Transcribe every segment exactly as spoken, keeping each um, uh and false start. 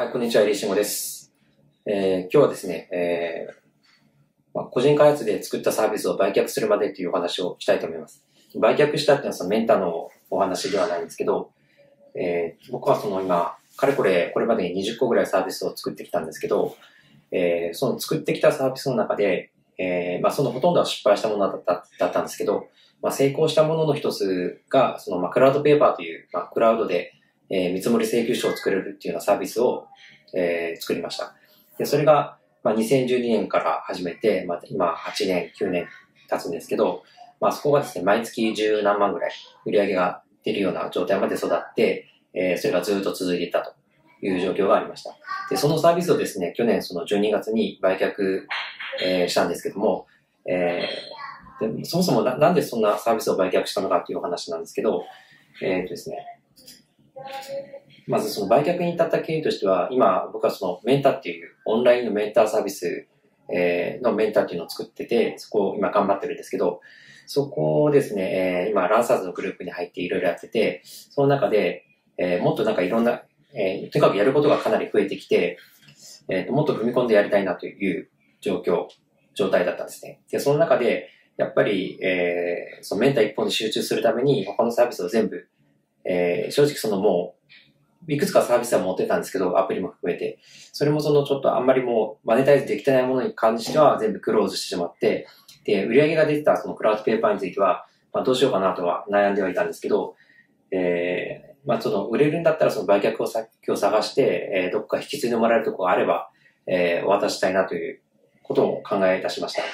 はい、こんにちは、入下です。えー、今日はですね、えーまあ、個人開発で作ったサービスを売却するまでというお話をしたいと思います。売却したっていうのはそのメンターのお話ではないんですけど、えー、僕はその今、かれこれ、これまでににじゅっこぐらいサービスを作ってきたんですけど、えー、その作ってきたサービスの中で、えーまあ、そのほとんどは失敗したものだった、だったんですけど、まあ、成功したものの一つが、そのまあクラウドペーパーという、まあ、クラウドで、えー、見積もり請求書を作れるっていうようなサービスを、えー、作りました。で、それが、まあ、にせんじゅうにねんから始めて、まあ、今はちねん、きゅうねん経つんですけど、まあ、そこがですね、毎月じゅうなんまんぐらい売り上げが出るような状態まで育って、えー、それがずっと続いていったという状況がありました。で、そのサービスをですね、去年そのじゅうにがつに売却、えー、したんですけども、えー、でそもそも な, なんでそんなサービスを売却したのかっていうお話なんですけど、えーとですね、まずその売却に至った経緯としては、今僕はそのメンターっていうオンラインのメンターサービスのメンターっていうのを作ってて、そこを今頑張ってるんですけど、そこをですね、今ランサーズのグループに入っていろいろやってて、その中でもっとなんかいろんな、えー、とにかくやることがかなり増えてきて、えーと、もっと踏み込んでやりたいなという状況、状態だったんですね。で、その中で、やっぱり、えー、そのメンター一本に集中するために他のサービスを全部、えー、正直そのもう、いくつかサービスは持ってたんですけど、アプリも含めて。それもそのちょっとあんまりもうマネタイズできてないものに関しては全部クローズしてしまって、で、売り上げが出てたそのクラウドペーパーについては、まあどうしようかなとは悩んではいたんですけど、えー、まあその売れるんだったらその売却を先を探して、えー、どっか引き継いでもらえるところがあれば、えー、お渡ししたいなということを考え出しました。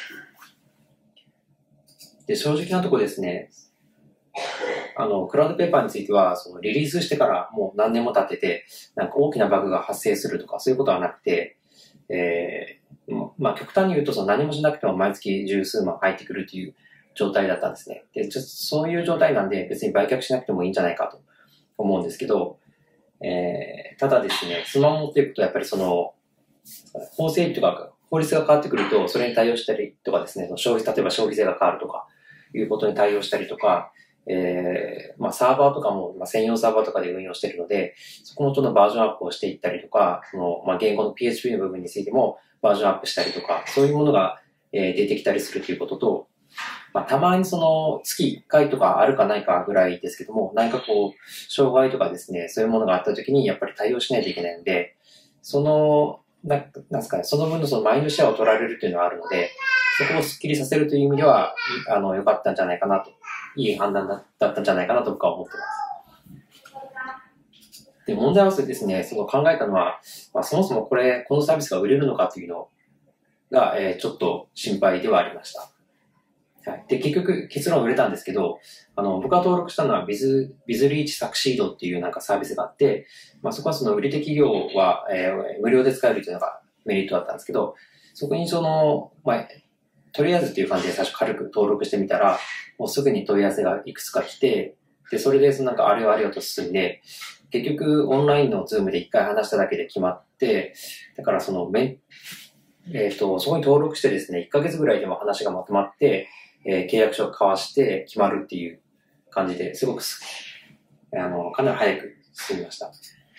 で、正直なところですね、あの、クラウドペーパーについては、そのリリースしてからもう何年も経ってて、なんか大きなバグが発生するとかそういうことはなくて、えー、まあ極端に言うとその何もしなくても毎月十数万入ってくるという状態だったんですね。で、ちょっとそういう状態なんで別に売却しなくてもいいんじゃないかと思うんですけど、えー、ただですね、スマホっていうことはやっぱりその、法制とか法律が変わってくると、それに対応したりとかですね、消費、例えば消費税が変わるとかいうことに対応したりとか、えー、まあサーバーとかも、まあ、専用サーバーとかで運用しているので、そこもちょっとバージョンアップをしていったりとか、その、まあ言語の ピーエイチピー の部分についてもバージョンアップしたりとか、そういうものが、えー、出てきたりするということと、まあたまにその月いっかいとかあるかないかぐらいですけども、何かこう、障害とかですね、そういうものがあった時にやっぱり対応しないといけないので、その、ななんですかね、その分のそのマインドシェアを取られるというのはあるので、そこをスッキリさせるという意味では、あの、良かったんじゃないかなと。いい判断だったんじゃないかなと僕は思ってます。で、問題はですね、その考えたのは、まあ、そもそもこれ、このサービスが売れるのかというのが、えー、ちょっと心配ではありました。はい。で、結局結論売れたんですけど、あの、僕が登録したのはビズ、ビズリーチサクシードっていうなんかサービスがあって、まあそこはその売り手企業は、えー、無料で使えるというのがメリットだったんですけど、そこにその、まあ、とりあえずっていう感じで最初軽く登録してみたら、もうすぐに問い合わせがいくつか来て、で、それでそのなんかあれよあれよと進んで、結局オンラインのズームで一回話しただけで決まって、だからそのめ、えっと、そこに登録してですね、いっかげつぐらいでも話がまとまって、えー、契約書を交わして決まるっていう感じですごくあの、かなり早く進みました。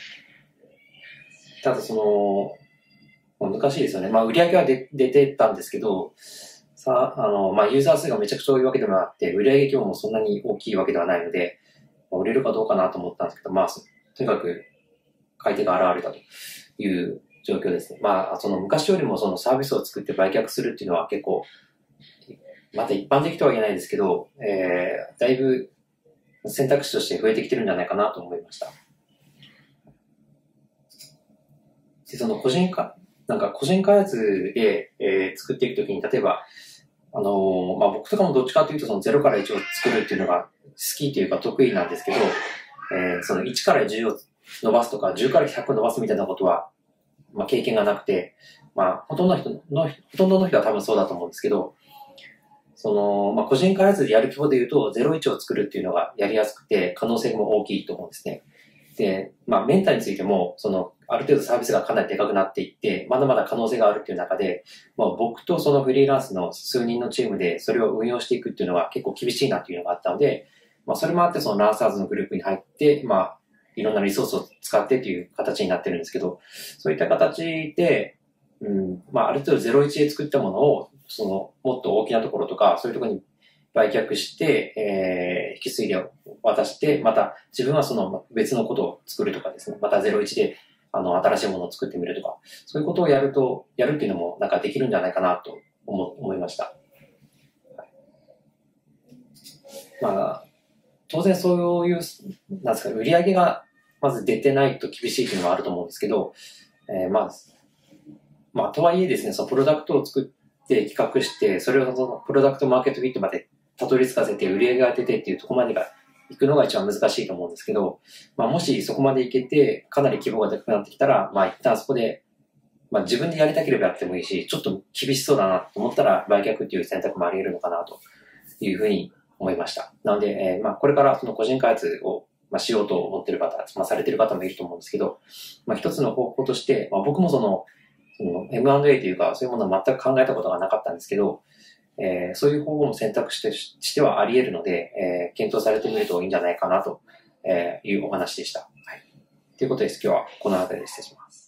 ただその、難しいですよね。まあ売り上げは出てたんですけど、さあ、あの、まあユーザー数がめちゃくちゃ多いわけでもあって、売上規模もそんなに大きいわけではないので、まあ、売れるかどうかなと思ったんですけど、まあ、とにかく買い手が現れたという状況ですね。まあ、その昔よりもそのサービスを作って売却するっていうのは結構、また一般的とは言えないですけど、えー、だいぶ選択肢として増えてきてるんじゃないかなと思いました。で、その個人化、なんか個人開発で、えー、作っていくときに、例えば、あのー、まあ、僕とかもどっちかというとそのゼロからいちを作るっていうのが好きというか得意なんですけど、えー、そのいちからじゅうを伸ばすとかじゅうからひゃく伸ばすみたいなことは、まあ、経験がなくて、まあ、ほとんどの人の、ほとんどの人は多分そうだと思うんですけど、その、まあ、個人開発でやる規模で言うとゼロいちを作るっていうのがやりやすくて可能性も大きいと思うんですね。で、まあ、メンターについても、その、ある程度サービスがかなりでかくなっていって、まだまだ可能性があるっていう中で、まあ、僕とそのフリーランスの数人のチームでそれを運用していくっていうのが結構厳しいなっていうのがあったので、まあ、それもあってそのランサーズのグループに入って、まあ、 いろんなリソースを使ってっていう形になってるんですけど、そういった形で、うん、まあ、ある程度ゼロイチで作ったものを、その、もっと大きなところとか、そういうところに売却して、えー、引き継いで渡して、また自分はその別のことを作るとかですね、またゼロイチで、あの、新しいものを作ってみるとか、そういうことをやると、やるっていうのもなんかできるんじゃないかなと思、思いました。まあ、当然そういう、なんですか、売り上げがまず出てないと厳しいっていうのはあると思うんですけど、えー、まあ、まあ、とはいえですね、そのプロダクトを作って企画して、それをそのプロダクトマーケットフィットまでたどり着かせて売り上げが出てっていうところまでが行くのが一番難しいと思うんですけど、まあ、もしそこまで行けて、かなり規模がでかくなってきたら、まあ、一旦そこで、まあ、自分でやりたければやってもいいし、ちょっと厳しそうだなと思ったら、売却っていう選択もあり得るのかなというふうに思いました。なので、えー、まあ、これからその個人開発を、まあ、しようと思っている方、まあ、されている方もいると思うんですけど、まあ、一つの方法として、まあ、僕もその、その エムアンドエー というか、そういうものは全く考えたことがなかったんですけど、えー、そういう方法も選択肢としてはあり得るので、えー、検討されてみるといいんじゃないかなというお話でした。はい。ということです。今日はこの辺りで失礼します。